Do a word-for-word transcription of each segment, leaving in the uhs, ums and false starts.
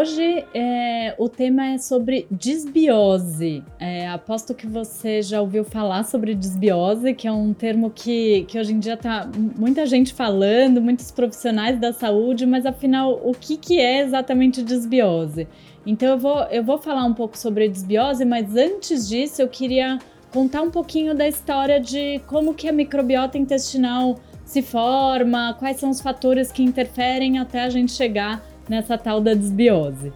hoje é, o tema é sobre desbiose. É, aposto que você já ouviu falar sobre desbiose, que é um termo que, que hoje em dia está muita gente falando, muitos profissionais da saúde, mas afinal, o que, que é exatamente desbiose? Então eu vou, eu vou falar um pouco sobre desbiose, mas antes disso eu queria contar um pouquinho da história de como que a microbiota intestinal se forma, quais são os fatores que interferem até a gente chegar nessa tal da desbiose.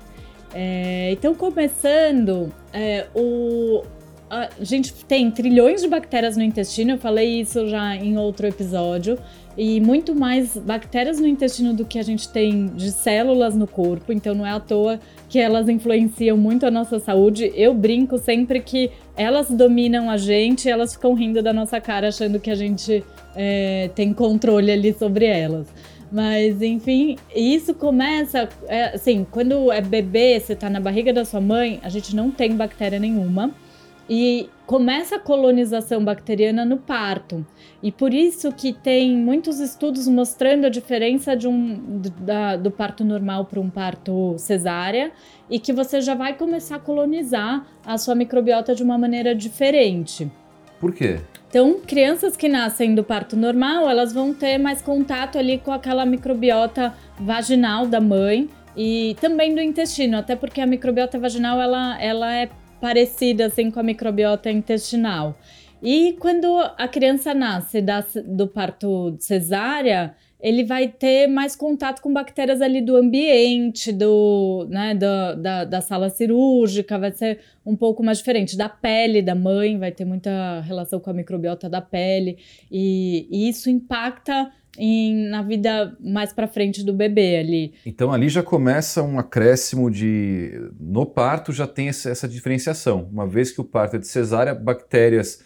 É, então, começando, é, o, a gente tem trilhões de bactérias no intestino, eu falei isso já em outro episódio, e muito mais bactérias no intestino do que a gente tem de células no corpo, então não é à toa que elas influenciam muito a nossa saúde. Eu brinco sempre que elas dominam a gente e elas ficam rindo da nossa cara achando que a gente é, tem controle ali sobre elas. Mas, enfim, isso começa, é, assim, quando é bebê, você tá na barriga da sua mãe, a gente não tem bactéria nenhuma. E começa a colonização bacteriana no parto. E por isso que tem muitos estudos mostrando a diferença de um, do, da, do parto normal para um parto cesárea, e que você já vai começar a colonizar a sua microbiota de uma maneira diferente. Por quê? Então, crianças que nascem do parto normal, elas vão ter mais contato ali com aquela microbiota vaginal da mãe e também do intestino, até porque a microbiota vaginal, ela, ela é parecida assim com a microbiota intestinal. E quando a criança nasce da, do parto cesárea, ele vai ter mais contato com bactérias ali do ambiente, do, né, do, da, da sala cirúrgica, vai ser um pouco mais diferente. Da pele da mãe, vai ter muita relação com a microbiota da pele, e, e isso impacta em, na vida mais para frente do bebê ali. Então ali já começa um acréscimo de... No parto já tem essa diferenciação. Uma vez que o parto é de cesárea, bactérias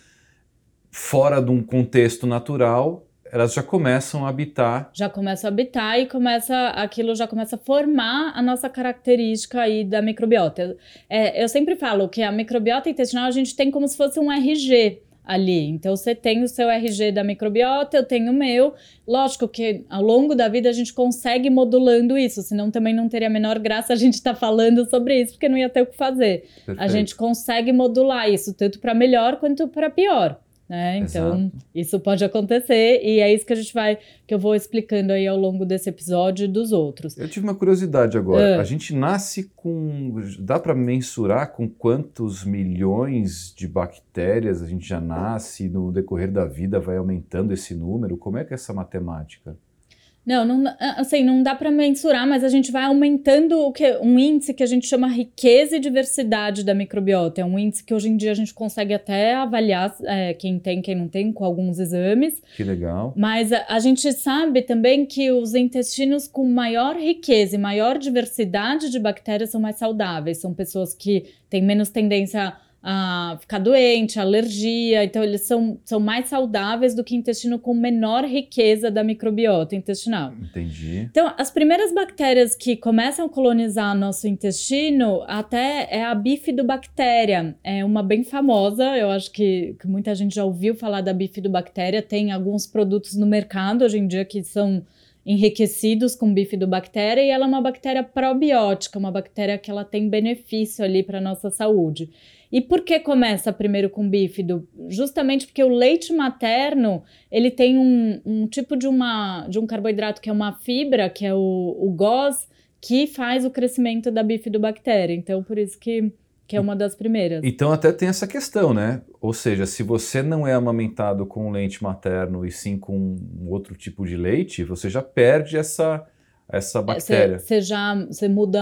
fora de um contexto natural, elas já começam a habitar. Já começam a habitar e começa, aquilo já começa a formar a nossa característica aí da microbiota. É, eu sempre falo que a microbiota intestinal a gente tem como se fosse um R G ali. Então você tem o seu R G da microbiota, eu tenho o meu. Lógico que ao longo da vida a gente consegue modulando isso, senão também não teria a menor graça a gente estar tá falando sobre isso, porque não ia ter o que fazer. Perfeito. A gente consegue modular isso, tanto para melhor quanto para pior. Né? Então, exato, isso pode acontecer, e é isso que a gente vai, que eu vou explicando aí ao longo desse episódio e dos outros. Eu tive uma curiosidade agora. Ah. A gente nasce com... Dá para mensurar com quantos milhões de bactérias a gente já nasce, no decorrer da vida vai aumentando esse número? Como é que é essa matemática? Não, não, assim, não dá para mensurar, mas a gente vai aumentando o que, um índice que a gente chama riqueza e diversidade da microbiota. É um índice que hoje em dia a gente consegue até avaliar é, quem tem, quem não tem, com alguns exames. Que legal. Mas a, a gente sabe também que os intestinos com maior riqueza e maior diversidade de bactérias são mais saudáveis. São pessoas que têm menos tendência a ficar doente, alergia, então eles são, são mais saudáveis do que intestino com menor riqueza da microbiota intestinal. Entendi. Então, as primeiras bactérias que começam a colonizar nosso intestino até é a bifidobactéria, é uma bem famosa, eu acho que, que muita gente já ouviu falar da bifidobactéria, tem alguns produtos no mercado hoje em dia que são enriquecidos com bifidobactéria, e ela é uma bactéria probiótica, uma bactéria que ela tem benefício ali para a nossa saúde. E por que começa primeiro com bífido? Justamente porque o leite materno, ele tem um, um tipo de, uma, de um carboidrato que é uma fibra, que é o, o G O S, que faz o crescimento da bifidobactéria. Então, por isso que, que é uma das primeiras. Então até tem essa questão, né? Ou seja, se você não é amamentado com leite materno e sim com um outro tipo de leite, você já perde essa... essa bactéria. Você já você muda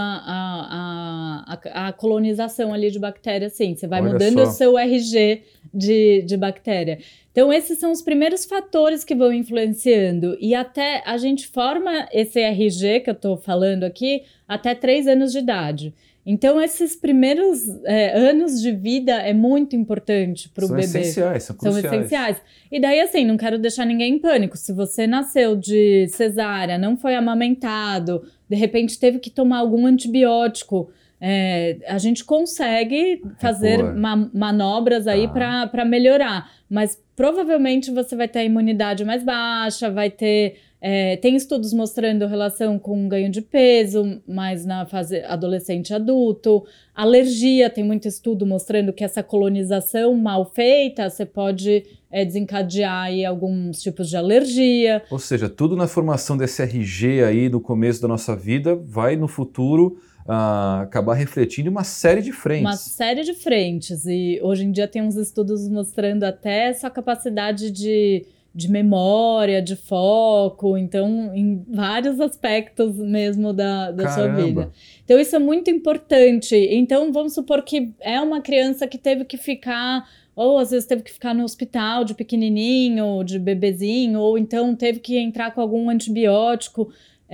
a, a, a colonização ali de bactéria, sim. Você vai Olha mudando só. o seu R G de, de bactéria. Então, esses são os primeiros fatores que vão influenciando. E até a gente forma esse R G que eu estou falando aqui até três anos de idade. Então, esses primeiros é, anos de vida é muito importante para o bebê. São essenciais, são cruciais. São essenciais. E daí, assim, não quero deixar ninguém em pânico. Se você nasceu de cesárea, não foi amamentado, de repente teve que tomar algum antibiótico, é, a gente consegue fazer ma manobras aí tá. para melhorar. Mas provavelmente você vai ter a imunidade mais baixa, vai ter... É, tem estudos mostrando relação com ganho de peso, mais na fase adolescente e adulto. Alergia, tem muito estudo mostrando que essa colonização mal feita, você pode é, desencadear aí alguns tipos de alergia. Ou seja, tudo na formação desse R G aí no começo da nossa vida vai no futuro uh, acabar refletindo uma série de frentes. Uma série de frentes. E hoje em dia tem uns estudos mostrando até essa capacidade de... de memória, de foco, então em vários aspectos mesmo da, da sua vida. Então isso é muito importante. Então vamos supor que é uma criança que teve que ficar, ou às vezes teve que ficar no hospital de pequenininho, de bebezinho, ou então teve que entrar com algum antibiótico,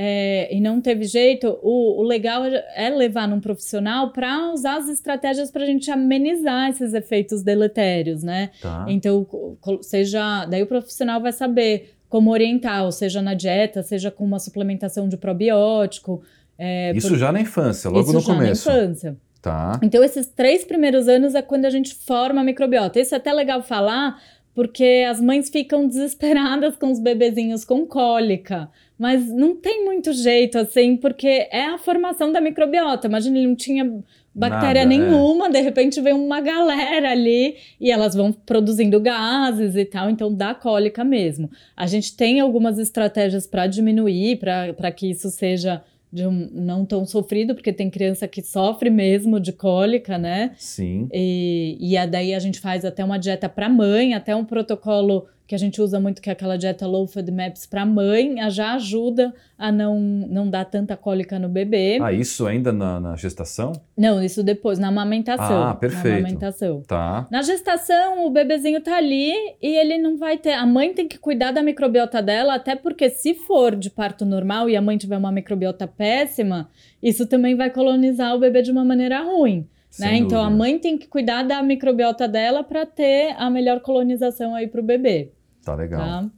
É, e não teve jeito, o, o legal é levar num profissional para usar as estratégias para a gente amenizar esses efeitos deletérios, né? Tá. Então, seja, daí o profissional vai saber como orientar, ou seja na dieta, seja com uma suplementação de probiótico. É, isso por... já na infância, logo isso no já começo. Na infância. Tá. Então, esses três primeiros anos é quando a gente forma a microbiota. Isso é até legal falar, porque as mães ficam desesperadas com os bebezinhos com cólica, mas não tem muito jeito assim, porque é a formação da microbiota. Imagina, ele não tinha bactéria Nada, nenhuma, é. De repente vem uma galera ali e elas vão produzindo gases e tal, então dá cólica mesmo. A gente tem algumas estratégias para diminuir, para que isso seja de um, não tão sofrido, porque tem criança que sofre mesmo de cólica, né? Sim. E, e daí a gente faz até uma dieta para mãe, até um protocolo que a gente usa muito, que é aquela dieta Low FODMAPs para mãe, já ajuda a não, não dar tanta cólica no bebê. Ah, isso ainda na, na gestação? Não, isso depois, na amamentação. Ah, perfeito. Na amamentação. Tá. Na gestação, o bebezinho tá ali e ele não vai ter... A mãe tem que cuidar da microbiota dela, até porque se for de parto normal e a mãe tiver uma microbiota péssima, isso também vai colonizar o bebê de uma maneira ruim. Né? Então, a mãe tem que cuidar da microbiota dela para ter a melhor colonização aí pro bebê. Tá legal. Tá?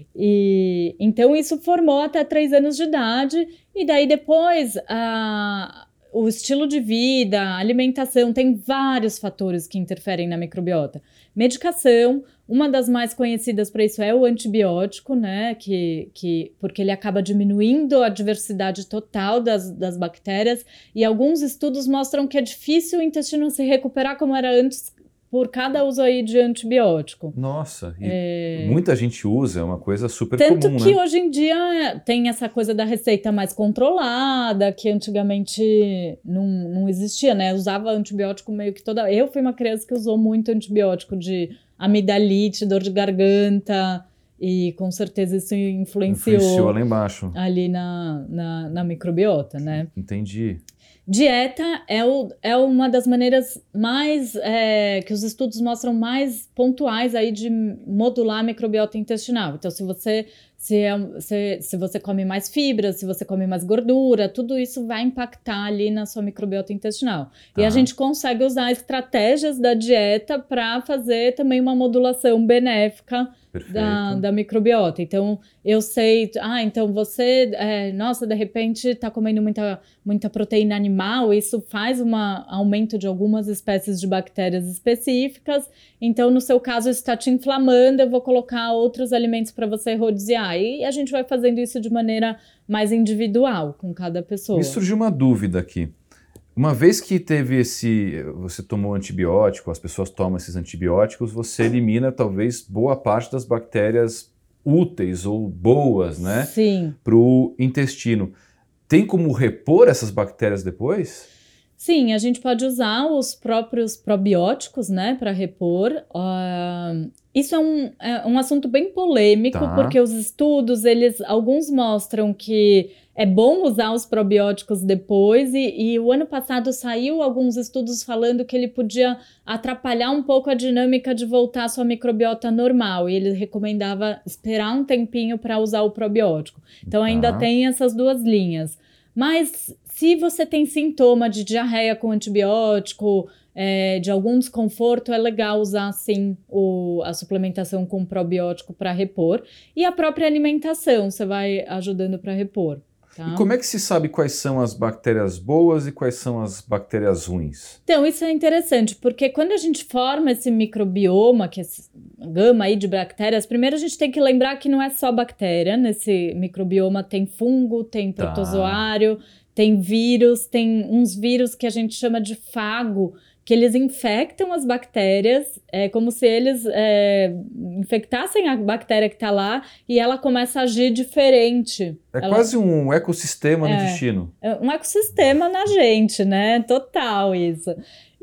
E, então, isso formou até três anos de idade. E daí, depois, a, o estilo de vida, a alimentação, tem vários fatores que interferem na microbiota. Medicação, uma das mais conhecidas para isso é o antibiótico, né? Que, que, porque ele acaba diminuindo a diversidade total das, das bactérias. E alguns estudos mostram que é difícil o intestino se recuperar como era antes, por cada uso aí de antibiótico. Nossa, e é... muita gente usa, é uma coisa super Tanto comum, que né? hoje em dia tem essa coisa da receita mais controlada, que antigamente não, não existia, né? Usava antibiótico meio que toda... Eu fui uma criança que usou muito antibiótico de amidalite, dor de garganta, e com certeza isso influenciou... Influenciou lá embaixo. Ali na, na, na microbiota, né? Entendi. Dieta é, o, é uma das maneiras mais, é, que os estudos mostram mais pontuais aí de modular a microbiota intestinal. Então, se você, se, é, se, se você come mais fibras, se você come mais gordura, tudo isso vai impactar ali na sua microbiota intestinal. Tá. E a gente consegue usar estratégias da dieta para fazer também uma modulação benéfica da, da microbiota. Então, eu sei, ah, então você, é, nossa, de repente está comendo muita, muita proteína animal, isso faz um aumento de algumas espécies de bactérias específicas, então no seu caso isso está te inflamando, eu vou colocar outros alimentos para você rodear, e a gente vai fazendo isso de maneira mais individual com cada pessoa. Me surgiu uma dúvida aqui. Uma vez que teve esse, você tomou antibiótico, as pessoas tomam esses antibióticos, você elimina talvez boa parte das bactérias úteis ou boas, né? Sim. Para o intestino. Tem como repor essas bactérias depois? Sim, a gente pode usar os próprios probióticos, né, para repor. Uh, isso é um, é um assunto bem polêmico, tá. Porque os estudos, eles, alguns mostram que é bom usar os probióticos depois, e, e o ano passado saiu alguns estudos falando que ele podia atrapalhar um pouco a dinâmica de voltar à sua microbiota normal, e ele recomendava esperar um tempinho para usar o probiótico. Então tá. Ainda tem essas duas linhas. Mas se você tem sintoma de diarreia com antibiótico, é, de algum desconforto, é legal usar sim o, a suplementação com probiótico para repor. E a própria alimentação, você vai ajudando para repor. Tá? E como é que se sabe quais são as bactérias boas e quais são as bactérias ruins? Então, isso é interessante, porque quando a gente forma esse microbioma, que é esse gama aí de bactérias, primeiro a gente tem que lembrar que não é só bactéria, nesse microbioma tem fungo, tem protozoário, tá. Tem vírus, tem uns vírus que a gente chama de fago, que eles infectam as bactérias, é como se eles é, infectassem a bactéria que está lá e ela começa a agir diferente. É ela, quase um ecossistema no é, intestino. É um ecossistema na gente, né? Total isso.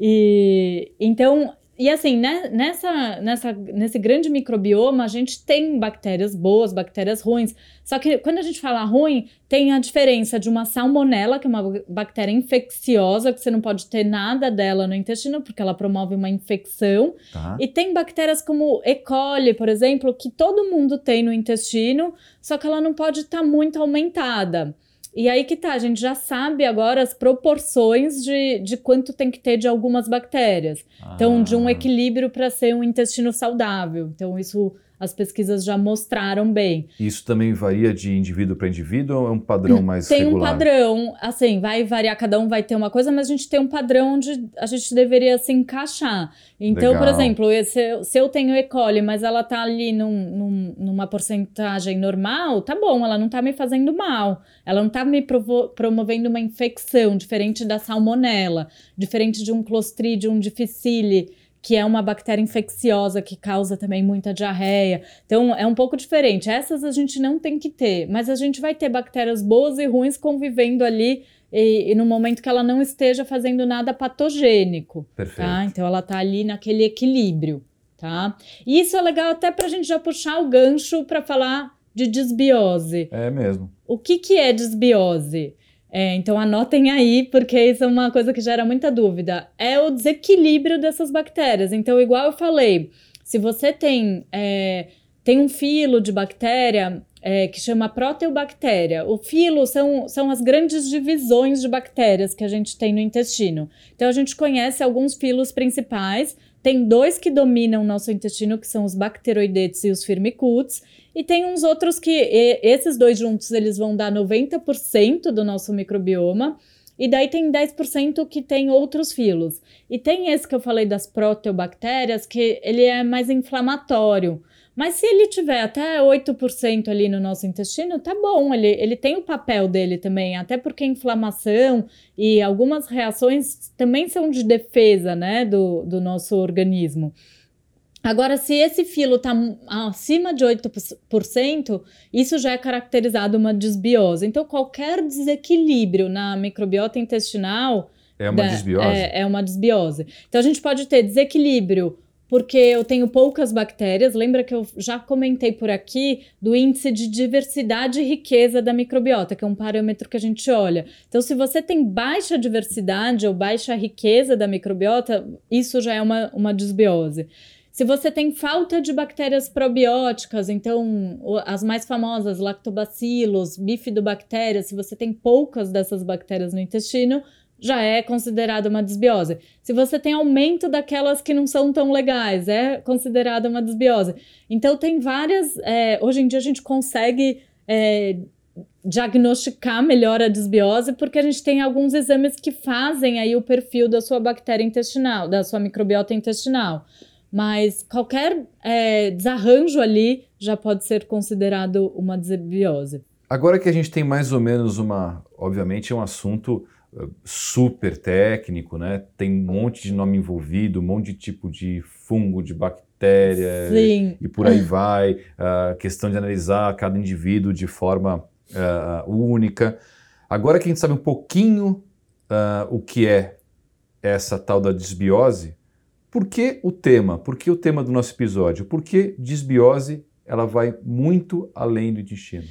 E então, e assim, né, nessa, nessa, nesse grande microbioma, a gente tem bactérias boas, bactérias ruins. Só que quando a gente fala ruim, tem a diferença de uma salmonela, que é uma bactéria infecciosa, que você não pode ter nada dela no intestino, porque ela promove uma infecção. Tá. E tem bactérias como E. coli, por exemplo, que todo mundo tem no intestino, só que ela não pode estar muito aumentada. E aí que tá, a gente já sabe agora as proporções de, de quanto tem que ter de algumas bactérias. Ah. Então, de um equilíbrio para ser um intestino saudável. Então, isso as pesquisas já mostraram bem. Isso também varia de indivíduo para indivíduo ou é um padrão mais tem regular? Tem um padrão, assim, vai variar, cada um vai ter uma coisa, mas a gente tem um padrão onde a gente deveria se encaixar. Então, Legal. Por exemplo, se eu, se eu tenho E. coli, mas ela tá ali num, num, numa porcentagem normal, tá bom, ela não tá me fazendo mal. Ela não tá me provo- promovendo uma infecção, diferente da salmonela, diferente de um Clostridium difficile, que é uma bactéria infecciosa que causa também muita diarreia. Então, é um pouco diferente. Essas a gente não tem que ter, mas a gente vai ter bactérias boas e ruins convivendo ali e, e no momento que ela não esteja fazendo nada patogênico. Perfeito. Tá? Então, ela está ali naquele equilíbrio. Tá? E isso é legal até para a gente já puxar o gancho para falar de desbiose. É mesmo. O que, que é desbiose? É, então anotem aí, porque isso é uma coisa que gera muita dúvida. É o desequilíbrio dessas bactérias. Então, igual eu falei, se você tem, é, tem um filo de bactéria é, que chama proteobactéria. O filo são, são as grandes divisões de bactérias que a gente tem no intestino. Então, a gente conhece alguns filos principais. Tem dois que dominam o nosso intestino, que são os bacteroidetes e os firmicutes. E tem uns outros que, e, esses dois juntos, eles vão dar noventa por cento do nosso microbioma. E daí tem dez por cento que tem outros filos. E tem esse que eu falei das proteobactérias, que ele é mais inflamatório. Mas se ele tiver até oito por cento ali no nosso intestino, tá bom, ele, ele tem o papel dele também, até porque a inflamação e algumas reações também são de defesa, né, do, do nosso organismo. Agora, se esse filo está acima de oito por cento, isso já é caracterizado uma desbiose. Então, qualquer desequilíbrio na microbiota intestinal... É uma da, desbiose? É, é uma desbiose. Então, a gente pode ter desequilíbrio porque eu tenho poucas bactérias. Lembra que eu já comentei por aqui do índice de diversidade e riqueza da microbiota, que é um parâmetro que a gente olha. Então, se você tem baixa diversidade ou baixa riqueza da microbiota, isso já é uma, uma desbiose. Se você tem falta de bactérias probióticas, então as mais famosas, lactobacilos, bifidobactérias, se você tem poucas dessas bactérias no intestino, já é considerada uma desbiose. Se você tem aumento daquelas que não são tão legais, é considerada uma desbiose. Então tem várias... É, hoje em dia a gente consegue é, diagnosticar melhor a desbiose porque a gente tem alguns exames que fazem aí o perfil da sua bactéria intestinal, da sua microbiota intestinal. Mas qualquer é, desarranjo ali já pode ser considerado uma desbiose. Agora que a gente tem mais ou menos uma... Obviamente é um assunto super técnico, né? Tem um monte de nome envolvido, um monte de tipo de fungo, de bactéria. Sim. E por aí vai. A questão de analisar cada indivíduo de forma uh, única. Agora que a gente sabe um pouquinho uh, o que é essa tal da desbiose, por que o tema? Por que o tema do nosso episódio? Porque desbiose ela vai muito além do intestino.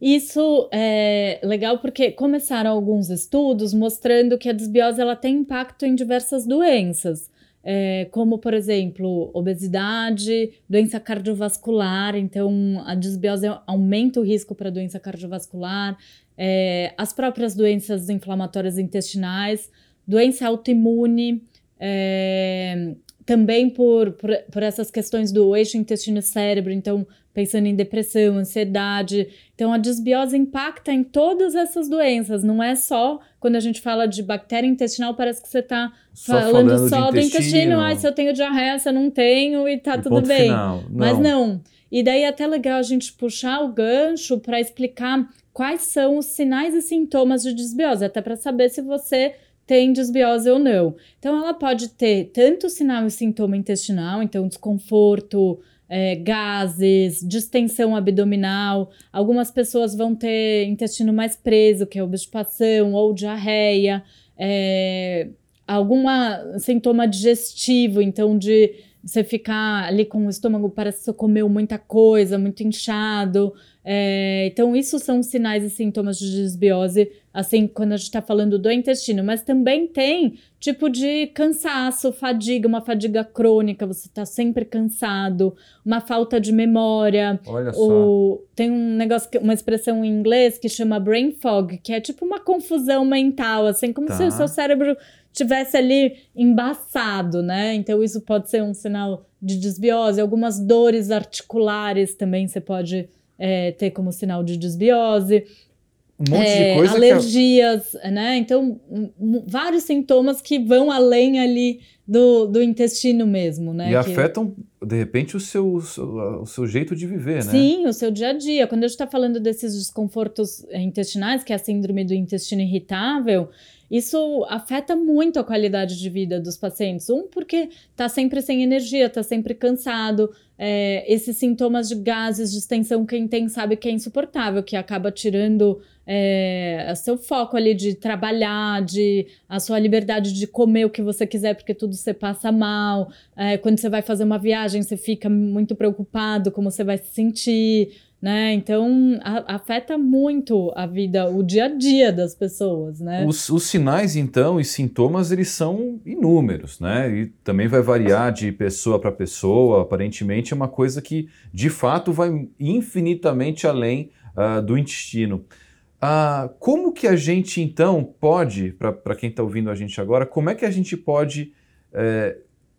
Isso é legal porque começaram alguns estudos mostrando que a desbiose ela tem impacto em diversas doenças, é, como, por exemplo, obesidade, doença cardiovascular. Então, a desbiose aumenta o risco para doença cardiovascular, é, as próprias doenças inflamatórias intestinais, doença autoimune, é, também por, por, por essas questões do eixo intestino-cérebro, então pensando em depressão, ansiedade. Então a desbiose impacta em todas essas doenças, não é só quando a gente fala de bactéria intestinal, parece que você está falando, falando só do intestino, intestino. Ah, se eu tenho diarreia, se eu não tenho e tá e tudo bem. Final. Não. Mas não. E daí é até legal a gente puxar o gancho para explicar quais são os sinais e sintomas de desbiose, até para saber se você tem desbiose ou não. Então, ela pode ter tanto sinal e sintoma intestinal, então desconforto, é, gases, distensão abdominal. Algumas pessoas vão ter intestino mais preso, que é obstipação ou diarreia. É, alguma sintoma digestivo, então de você ficar ali com o estômago, parece que você comeu muita coisa, muito inchado. É, então, isso são sinais e sintomas de desbiose, assim, quando a gente está falando do intestino. Mas também tem tipo de cansaço, fadiga, uma fadiga crônica, você está sempre cansado, uma falta de memória. Olha o, só. Tem um negócio, uma expressão em inglês que chama brain fog, que é tipo uma confusão mental, assim, como tá. se o seu cérebro tivesse ali embaçado, né? Então, isso pode ser um sinal de desbiose. Algumas dores articulares também você pode... É, ter como sinal de desbiose, um monte é, de coisa alergias, que... né? Então, um, um, vários sintomas que vão além ali do, do intestino mesmo, né? E que... afetam, de repente, o seu, o seu, o seu jeito de viver, né? Sim, o seu dia a dia. Quando a gente está falando desses desconfortos intestinais, que é a síndrome do intestino irritável, isso afeta muito a qualidade de vida dos pacientes. Um, porque está sempre sem energia, está sempre cansado. É, esses sintomas de gases, distensão, quem tem sabe que é insuportável, que acaba tirando é, seu foco ali de trabalhar, de, a sua liberdade de comer o que você quiser, porque tudo você passa mal. É, quando você vai fazer uma viagem, você fica muito preocupado como você vai se sentir, né? Então, a, afeta muito a vida, o dia a dia das pessoas, né? Os, os sinais, então, e sintomas, eles são inúmeros, né? E também vai variar de pessoa para pessoa. Aparentemente, é uma coisa que, de fato, vai infinitamente além uh, do intestino. Uh, como que a gente, então, pode, para quem está ouvindo a gente agora, como é que a gente pode é,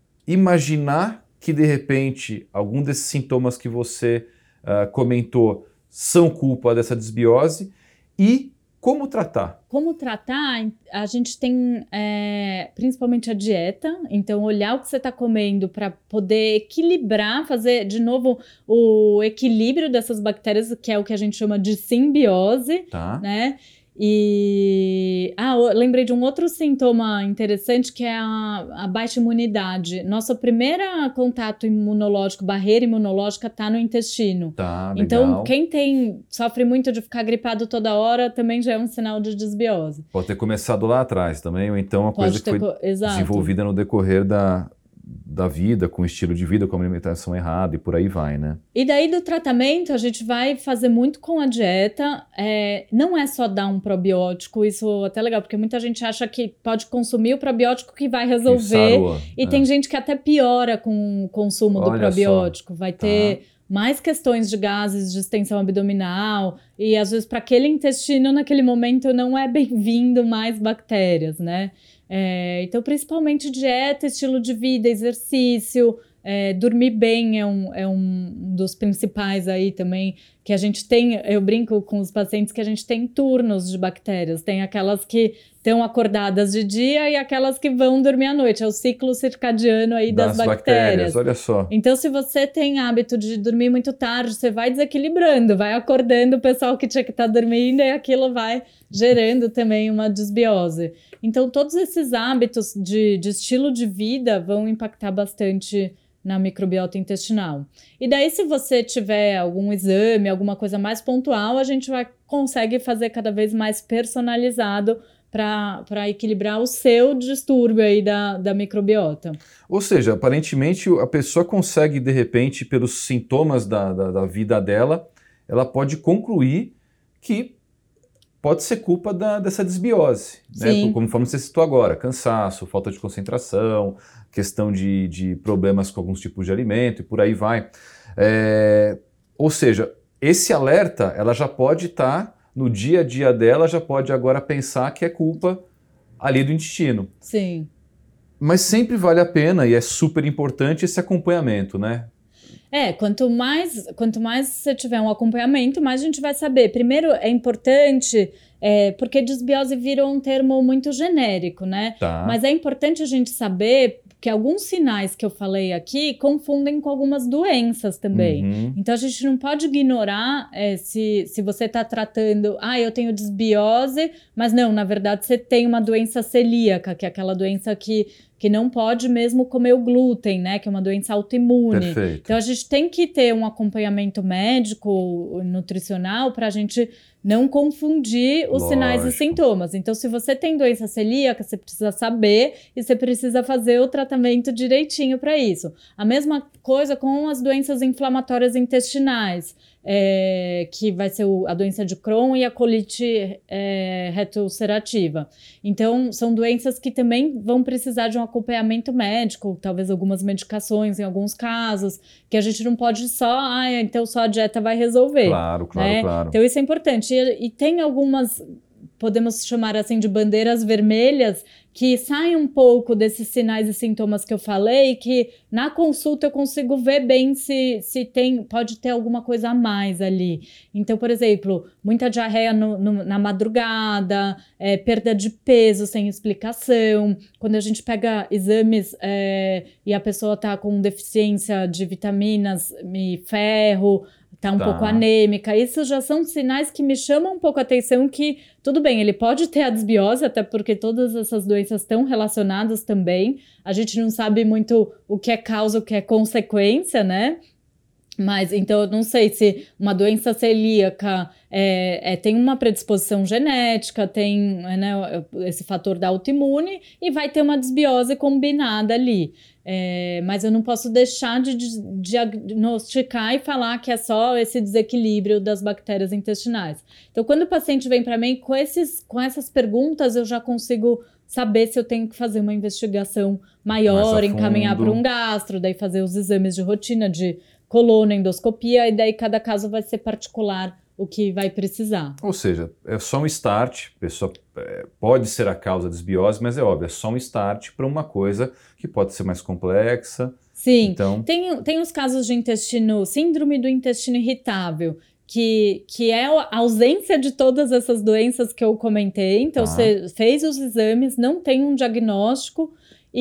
imaginar que, de repente, algum desses sintomas que você uh, comentou são culpa dessa desbiose e como tratar? Como tratar? A gente tem é, principalmente a dieta, então olhar o que você está comendo para poder equilibrar, fazer de novo o equilíbrio dessas bactérias, que é o que a gente chama de simbiose, tá. né? E ah, eu lembrei de um outro sintoma interessante que é a, a baixa imunidade. Nosso primeiro contato imunológico, barreira imunológica, está no intestino. Tá, então, legal. Quem tem, sofre muito de ficar gripado toda hora também já é um sinal de desbiose. Pode ter começado lá atrás também, ou então uma Pode coisa que foi co... desenvolvida no decorrer da, da vida, com estilo de vida, com alimentação errada e por aí vai, né? E daí do tratamento a gente vai fazer muito com a dieta, é, não é só dar um probiótico, isso é até legal, porque muita gente acha que pode consumir o probiótico que vai resolver, sarua, e é. tem gente que até piora com o consumo Olha do probiótico, só. vai ter... Tá. mais questões de gases, de extensão abdominal, e às vezes para aquele intestino naquele momento não é bem-vindo mais bactérias, né? É, então, principalmente dieta, estilo de vida, exercício, é, dormir bem é um, é um dos principais aí também, que a gente tem, eu brinco com os pacientes que a gente tem turnos de bactérias, tem aquelas que estão acordadas de dia e aquelas que vão dormir à noite, é o ciclo circadiano aí das, das bactérias. bactérias. Olha só. Então, se você tem hábito de dormir muito tarde, você vai desequilibrando, vai acordando o pessoal que tinha que estar dormindo e aquilo vai gerando também uma desbiose. Então, todos esses hábitos de, de estilo de vida vão impactar bastante na microbiota intestinal. E daí, se você tiver algum exame, alguma coisa mais pontual, a gente vai consegue fazer cada vez mais personalizado para equilibrar o seu distúrbio aí da, da microbiota. Ou seja, aparentemente a pessoa consegue, de repente, pelos sintomas da, da, da vida dela, ela pode concluir que pode ser culpa da, dessa desbiose, né? Como você citou agora, cansaço, falta de concentração, questão de, de problemas com alguns tipos de alimento e por aí vai. É, ou seja, esse alerta, ela já pode estar... Tá no dia a dia dela, já pode agora pensar que é culpa ali do intestino. Sim. Mas sempre vale a pena e é super importante esse acompanhamento, né? É, quanto mais, quanto mais você tiver um acompanhamento, mais a gente vai saber. Primeiro, é importante, é, porque desbiose virou um termo muito genérico, né? Tá. Mas é importante a gente saber que alguns sinais que eu falei aqui confundem com algumas doenças também. Uhum. Então, a gente não pode ignorar é, se, se você está tratando... Ah, eu tenho desbiose, mas não, na verdade, você tem uma doença celíaca, que é aquela doença que... que não pode mesmo comer o glúten, né? Que é uma doença autoimune. Perfeito. Então, a gente tem que ter um acompanhamento médico, nutricional, para a gente não confundir os Lógico. sinais e sintomas. Então, se você tem doença celíaca, você precisa saber e você precisa fazer o tratamento direitinho para isso. A mesma coisa com as doenças inflamatórias intestinais. É, que vai ser o, a doença de Crohn e a colite é, retroulcerativa. Então, são doenças que também vão precisar de um acompanhamento médico, talvez algumas medicações em alguns casos, que a gente não pode só, ah, então só a dieta vai resolver. Claro, claro, né? claro. Então, isso é importante. E, e tem algumas, podemos chamar assim de bandeiras vermelhas, que saem um pouco desses sinais e sintomas que eu falei, que na consulta eu consigo ver bem se, se tem, pode ter alguma coisa a mais ali. Então, por exemplo, muita diarreia no, no, na madrugada, é, perda de peso sem explicação. Quando a gente pega exames é, e a pessoa está com deficiência de vitaminas e ferro, tá um Tá. pouco anêmica, isso já são sinais que me chamam um pouco a atenção que, tudo bem, ele pode ter a desbiose, até porque todas essas doenças estão relacionadas também, a gente não sabe muito o que é causa, o que é consequência, né? Mas, então, eu não sei se uma doença celíaca é, é, tem uma predisposição genética, tem é, né, esse fator da autoimune e vai ter uma desbiose combinada ali. É, mas eu não posso deixar de diagnosticar e falar que é só esse desequilíbrio das bactérias intestinais. Então, quando o paciente vem para mim com, esses, com essas perguntas, eu já consigo saber se eu tenho que fazer uma investigação maior, encaminhar para um gastro, daí fazer os exames de rotina de coluna, endoscopia, e daí cada caso vai ser particular o que vai precisar. Ou seja, é só um start, a pessoa é, pode ser a causa da desbiose, mas é óbvio, é só um start para uma coisa que pode ser mais complexa. Sim, então... tem, tem os casos de intestino, síndrome do intestino irritável, que, que é a ausência de todas essas doenças que eu comentei. Então, Tá. você fez os exames, não tem um diagnóstico,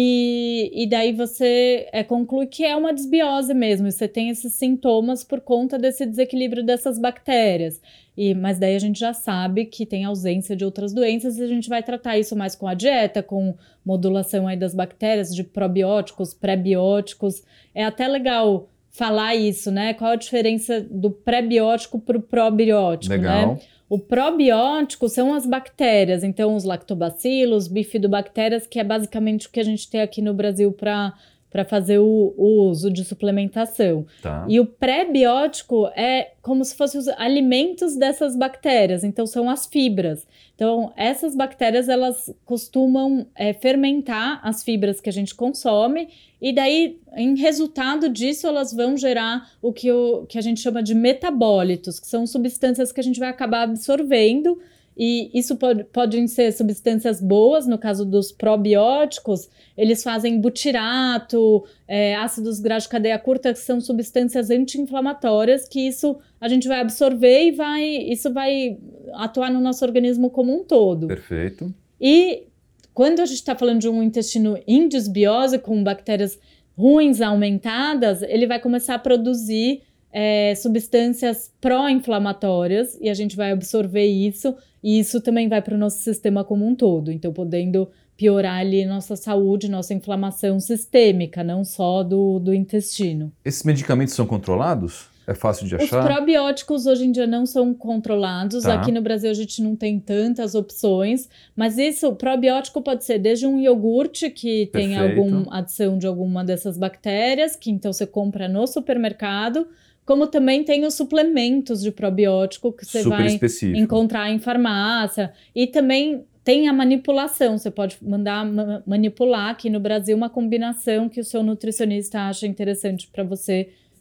E, e daí você é, conclui que é uma desbiose mesmo, e você tem esses sintomas por conta desse desequilíbrio dessas bactérias. E, mas daí a gente já sabe que tem ausência de outras doenças e a gente vai tratar isso mais com a dieta, com modulação aí das bactérias, de probióticos, pré-bióticos. É até legal falar isso, né? Qual a diferença do pré-biótico para o probiótico, Legal. né? O probiótico são as bactérias, então os lactobacilos, bifidobactérias, que é basicamente o que a gente tem aqui no Brasil para para fazer o, o uso de suplementação. Tá. E o pré-biótico é como se fossem os alimentos dessas bactérias, então são as fibras. Então, essas bactérias, elas costumam é, fermentar as fibras que a gente consome, e daí, em resultado disso, elas vão gerar o que, o, que a gente chama de metabólitos, que são substâncias que a gente vai acabar absorvendo. E isso pode, podem ser substâncias boas, no caso dos probióticos, eles fazem butirato, é, ácidos graxos de cadeia curta, que são substâncias anti-inflamatórias, que isso a gente vai absorver e vai, isso vai atuar no nosso organismo como um todo. Perfeito. E quando a gente está falando de um intestino em desbiose, com bactérias ruins aumentadas, ele vai começar a produzir É, substâncias pró-inflamatórias, e a gente vai absorver isso, e isso também vai para o nosso sistema como um todo, então podendo piorar ali nossa saúde, nossa inflamação sistêmica, não só do, do intestino. Esses medicamentos são controlados? É fácil de achar? Os probióticos hoje em dia não são controlados. Tá. Aqui no Brasil a gente não tem tantas opções, mas isso, probiótico pode ser desde um iogurte que tem Perfeito. alguma adição de alguma dessas bactérias, que então você compra no supermercado, como também tem os suplementos de probiótico que você Super vai específico. encontrar em farmácia. E também tem a manipulação, você pode mandar ma- manipular aqui no Brasil uma combinação que o seu nutricionista acha interessante para você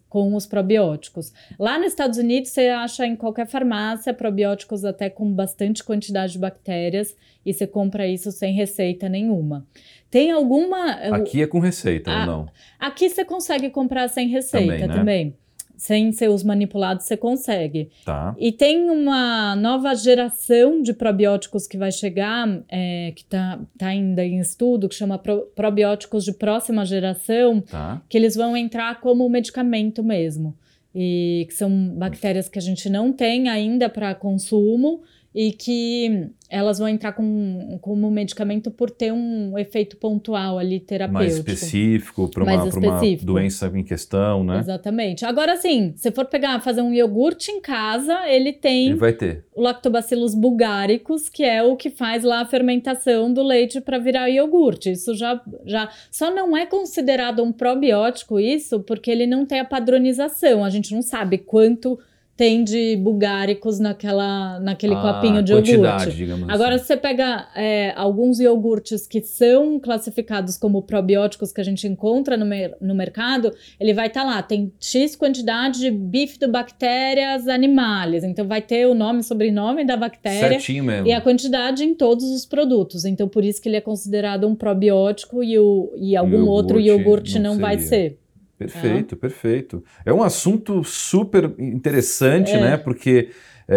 com os probióticos. Lá nos Estados Unidos, você acha em qualquer farmácia probióticos até com bastante quantidade de bactérias e você compra isso sem receita nenhuma. Tem alguma... Aqui é com receita a, ou não? Aqui você consegue comprar sem receita também. Né? também. Sem ser os manipulados, você consegue. Tá. E tem uma nova geração de probióticos que vai chegar, é, que está tá ainda em estudo, que chama pro, probióticos de próxima geração, tá. que eles vão entrar como medicamento mesmo. E que são bactérias que a gente não tem ainda para consumo e que elas vão entrar com, como medicamento por ter um efeito pontual ali terapêutico. Mais específico para uma, uma doença em questão, né? Exatamente. Agora, assim, se for pegar, fazer um iogurte em casa, ele tem ele vai ter o Lactobacillus bulgaricus, que é o que faz lá a fermentação do leite para virar iogurte. Isso já, já... Só não é considerado um probiótico isso, porque ele não tem a padronização. A gente não sabe quanto tem de bulgáricos naquela, naquele ah, copinho de iogurte. Digamos Agora, assim. se você pega é, alguns iogurtes que são classificados como probióticos que a gente encontra no, mer- no mercado, ele vai estar tá lá, tem X quantidade de bifidobactérias animales, então vai ter o nome e sobrenome da bactéria certinho mesmo. E a quantidade em todos os produtos. Então, por isso que ele é considerado um probiótico e, o, e algum iogurte, outro iogurte não, não vai ser. Perfeito, ah. perfeito. É um assunto super interessante, é. né? Porque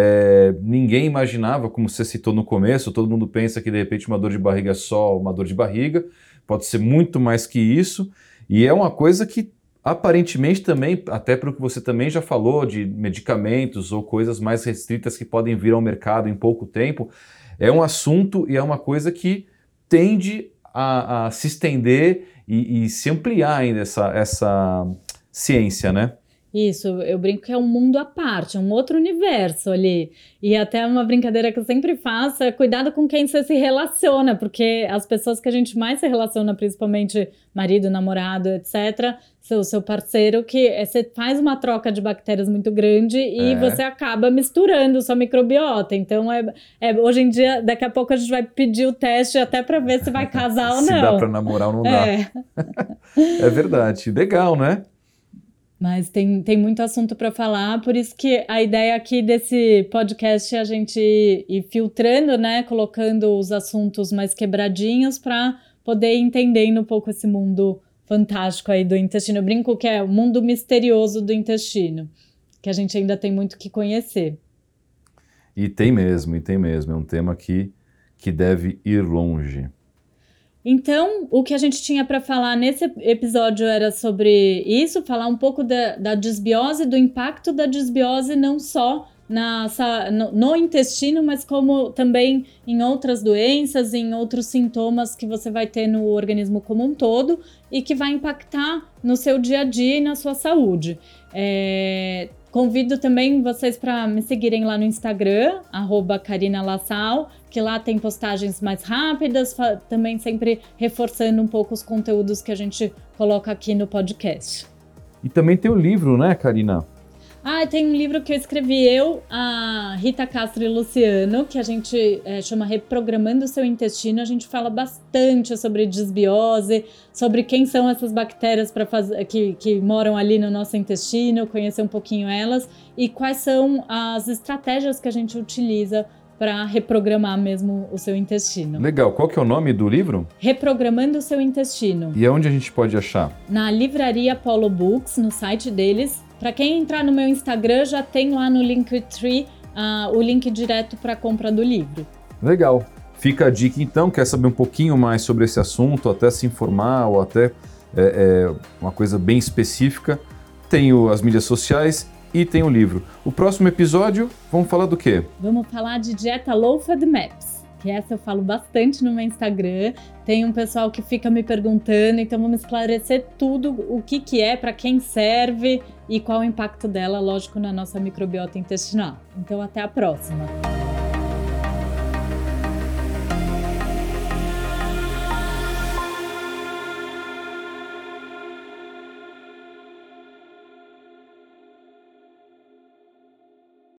é, ninguém imaginava, como você citou no começo, todo mundo pensa que de repente uma dor de barriga é só uma dor de barriga, pode ser muito mais que isso, e é uma coisa que aparentemente também, até pelo que você também já falou, de medicamentos ou coisas mais restritas que podem vir ao mercado em pouco tempo, é um assunto e é uma coisa que tende a, a se estender E, e se ampliar ainda essa, essa ciência, né? Isso, eu brinco que é um mundo à parte, um outro universo ali. E até uma brincadeira que eu sempre faço é cuidado com quem você se relaciona, porque as pessoas que a gente mais se relaciona, principalmente marido, namorado, etcétera, seu, seu parceiro, que é, você faz uma troca de bactérias muito grande e é. você acaba misturando sua microbiota. Então, é, é, hoje em dia, daqui a pouco a gente vai pedir o teste até para ver se vai casar ou não. Se dá para namorar ou não dá. É, é verdade. Legal, né? Mas tem, tem muito assunto para falar, por isso que a ideia aqui desse podcast é a gente ir filtrando, né, colocando os assuntos mais quebradinhos para poder ir entendendo um pouco esse mundo fantástico aí do intestino. Eu brinco que é o mundo misterioso do intestino, que a gente ainda tem muito que conhecer. E tem mesmo, e tem mesmo. É um tema que, que deve ir longe. Então, o que a gente tinha para falar nesse episódio era sobre isso, falar um pouco da, da disbiose, do impacto da disbiose não só na, no, no intestino, mas como também em outras doenças, em outros sintomas que você vai ter no organismo como um todo e que vai impactar no seu dia a dia e na sua saúde. É... Convido também vocês para me seguirem lá no Instagram, arroba Karina Lassal, que lá tem postagens mais rápidas, também sempre reforçando um pouco os conteúdos que a gente coloca aqui no podcast. E também tem o livro, né, Karina? Ah, tem um livro que eu escrevi eu, a Rita Castro e Luciano, que a gente é, chama Reprogramando o Seu Intestino. A gente fala bastante sobre disbiose, sobre quem são essas bactérias pra fazer, que, que moram ali no nosso intestino, conhecer um pouquinho elas e quais são as estratégias que a gente utiliza para reprogramar mesmo o seu intestino. Legal. Qual que é o nome do livro? Reprogramando o Seu Intestino. E aonde a gente pode achar? Na livraria Apollo Books, no site deles. Para quem entrar no meu Instagram, já tem lá no Linktree uh, o link direto para a compra do livro. Legal. Fica a dica então, quer saber um pouquinho mais sobre esse assunto, até se informar ou até é, é, uma coisa bem específica, tem o, as mídias sociais e tem o livro. O próximo episódio, vamos falar do quê? Vamos falar de dieta Low FODMAPs, que essa eu falo bastante no meu Instagram. Tem um pessoal que fica me perguntando, então vamos esclarecer tudo, o que, que é, para quem serve e qual o impacto dela, lógico, na nossa microbiota intestinal. Então até a próxima!